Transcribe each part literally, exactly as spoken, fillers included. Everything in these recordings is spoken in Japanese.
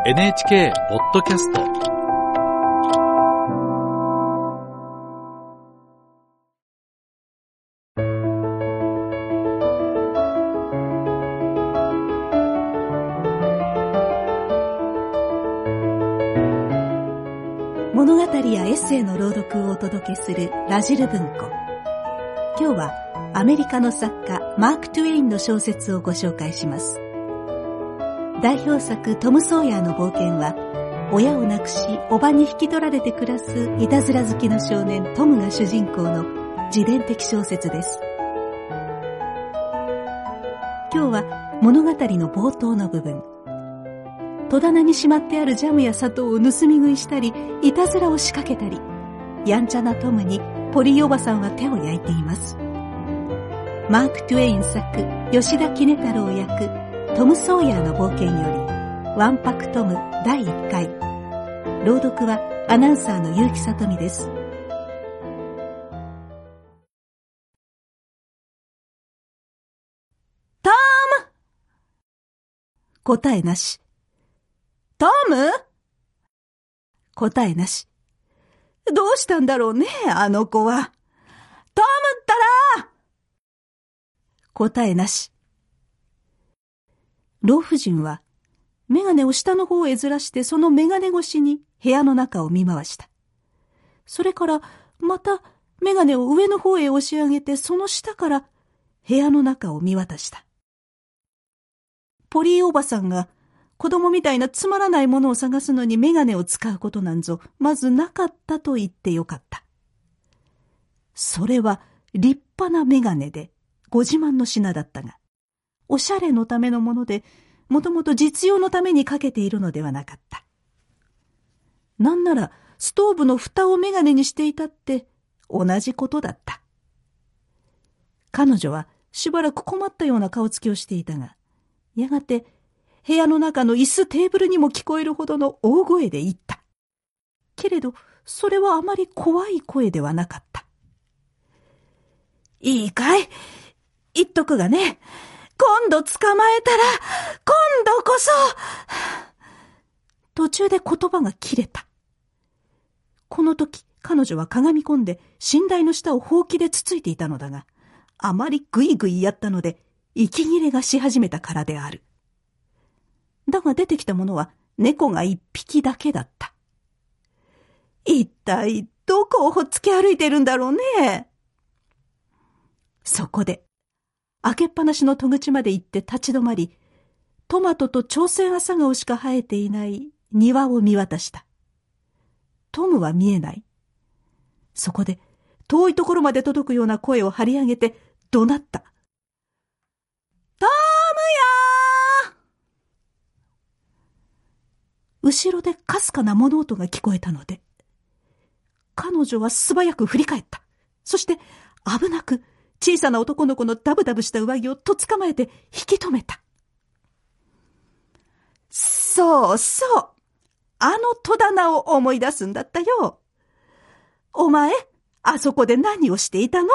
エヌエイチケー ポッドキャスト物語やエッセイの朗読をお届けするラジル文庫。今日はアメリカの作家マーク・トゥエインの小説をご紹介します。代表作トム・ソーヤーの冒険は、親を亡くし叔母に引き取られて暮らすいたずら好きの少年トムが主人公の自伝的小説です。今日は物語の冒頭の部分。戸棚にしまってあるジャムや砂糖を盗み食いしたり、いたずらを仕掛けたり、やんちゃなトムにポリーおばさんは手を焼いています。マーク・トゥエイン作、吉田杵太郎役、トム・ソーヤーの冒険より、わんぱくトムだいいっかい。朗読はアナウンサーの結城さとみです。トム！答えなし。トム？答えなし。どうしたんだろうね、あの子は。トムったら！答えなし。老婦人は、メガネを下の方へずらしてそのメガネ越しに部屋の中を見回した。それから、またメガネを上の方へ押し上げてその下から部屋の中を見渡した。ポリーおばさんが、子供みたいなつまらないものを探すのにメガネを使うことなんぞまずなかったと言ってよかった。それは立派なメガネでご自慢の品だったが、おしゃれのためのものでもともと実用のためにかけているのではなかった。なんならストーブの蓋をメガネにしていたって同じことだった。彼女はしばらく困ったような顔つきをしていたが、やがて部屋の中の椅子テーブルにも聞こえるほどの大声で言った。けれど、それはあまり怖い声ではなかった。いいかい？言っとくがね、今度捕まえたら、今度こそ。途中で言葉が切れた。この時、彼女はかがみ込んで、寝台の下をほうきでつついていたのだが、あまりぐいぐいやったので、息切れがし始めたからである。だが出てきたものは猫が一匹だけだった。一体どこをほっつき歩いてるんだろうね。そこで開けっぱなしの戸口まで行って立ち止まり、トマトと朝鮮朝顔しか生えていない庭を見渡した。トムは見えない。そこで遠いところまで届くような声を張り上げて怒鳴った。トムやー！後ろでかすかな物音が聞こえたので、彼女は素早く振り返った。そして危なく小さな男の子のダブダブした上着をとっ捕まえて引き止めた。そうそう、あの戸棚を思い出すんだったよ。お前、あそこで何をしていたの？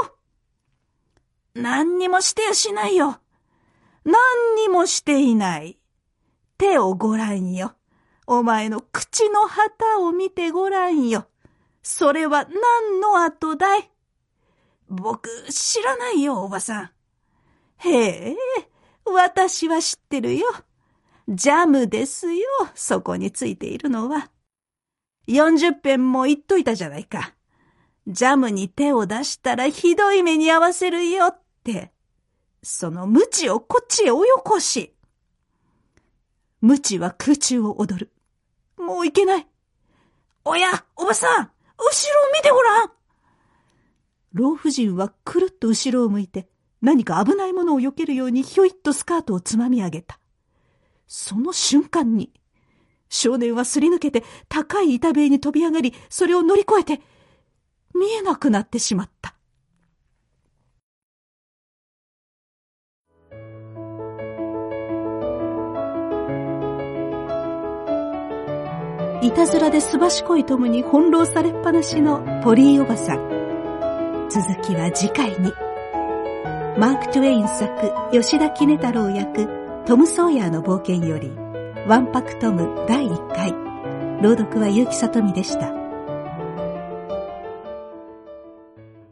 何にもしてやしないよ。何にもしていない。手をごらんよ。お前の口の旗を見てごらんよ。それは何の跡だい？僕、知らないよ、おばさん。へえ、私は知ってるよ。ジャムですよ、そこについているのは。よんじゅっぺんも言っといたじゃないか。ジャムに手を出したらひどい目に遭わせるよって。その無知をこっちへおよこし。無知は空中を踊る。もういけない。おや、おばさん、後ろを見てごらん。老婦人はくるっと後ろを向いて、何か危ないものを避けるようにひょいっとスカートをつまみ上げた。その瞬間に、少年はすり抜けて高い板塀に飛び上がり、それを乗り越えて、見えなくなってしまった。いたずらですばしこいトムに翻弄されっぱなしのポリーおばさん。続きは次回に。マーク・トゥエイン作、吉田杵太郎役、トム・ソーヤーの冒険より、 ワンパクトムだいいっかい。朗読は結城さとみでした。